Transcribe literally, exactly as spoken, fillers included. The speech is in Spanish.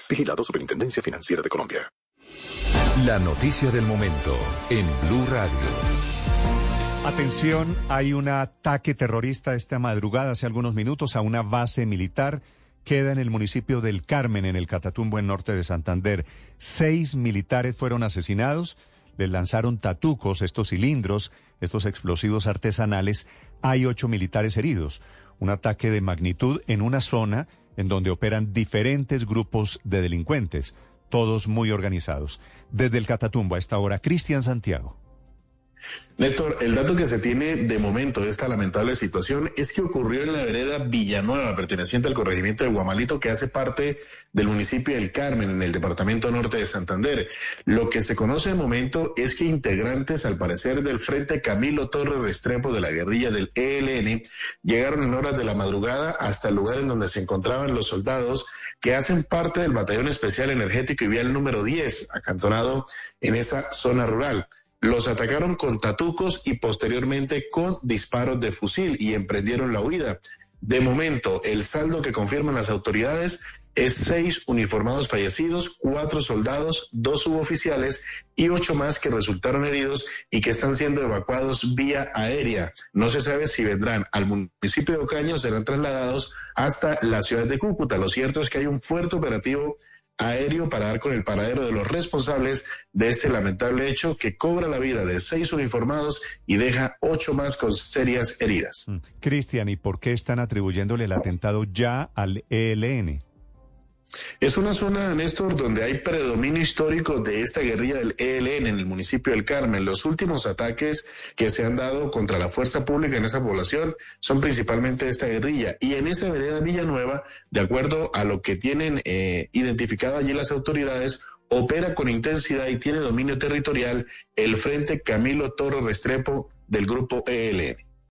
Vigilado Superintendencia Financiera de Colombia. La noticia del momento en Blue Radio. Atención, hay un ataque terrorista esta madrugada, hace algunos minutos, a una base militar. Queda en el municipio del Carmen, en el Catatumbo, en norte de Santander. Seis militares fueron asesinados. Les lanzaron tatucos, estos cilindros, estos explosivos artesanales. Hay ocho militares heridos. Un ataque de magnitud en una zona en donde operan diferentes grupos de delincuentes, todos muy organizados. Desde el Catatumbo a esta hora, Cristian Santiago. Néstor, el dato que se tiene de momento de esta lamentable situación es que ocurrió en la vereda Villanueva, perteneciente al corregimiento de Guamalito, que hace parte del municipio del Carmen, en el departamento norte de Santander. Lo que se conoce de momento es que integrantes, al parecer, del Frente Camilo Torres Restrepo de la guerrilla del E L N, llegaron en horas de la madrugada hasta el lugar en donde se encontraban los soldados que hacen parte del Batallón Especial Energético y Vial número diez, acantonado en esa zona rural. Los atacaron con tatucos y posteriormente con disparos de fusil y emprendieron la huida. De momento, el saldo que confirman las autoridades es seis uniformados fallecidos, cuatro soldados, dos suboficiales y ocho más que resultaron heridos y que están siendo evacuados vía aérea. No se sabe si vendrán al municipio de Ocaña o serán trasladados hasta la ciudad de Cúcuta. Lo cierto es que hay un fuerte operativo aéreo para dar con el paradero de los responsables de este lamentable hecho que cobra la vida de seis uniformados y deja ocho más con serias heridas. Mm. Cristian, ¿y por qué están atribuyéndole el atentado ya al E L N? Es una zona, Néstor, donde hay predominio histórico de esta guerrilla del E L N en el municipio del Carmen. Los últimos ataques que se han dado contra la fuerza pública en esa población son principalmente de esta guerrilla. Y en esa vereda Villanueva, de acuerdo a lo que tienen eh, identificado allí las autoridades, opera con intensidad y tiene dominio territorial el Frente Camilo Torres Restrepo del grupo E L N.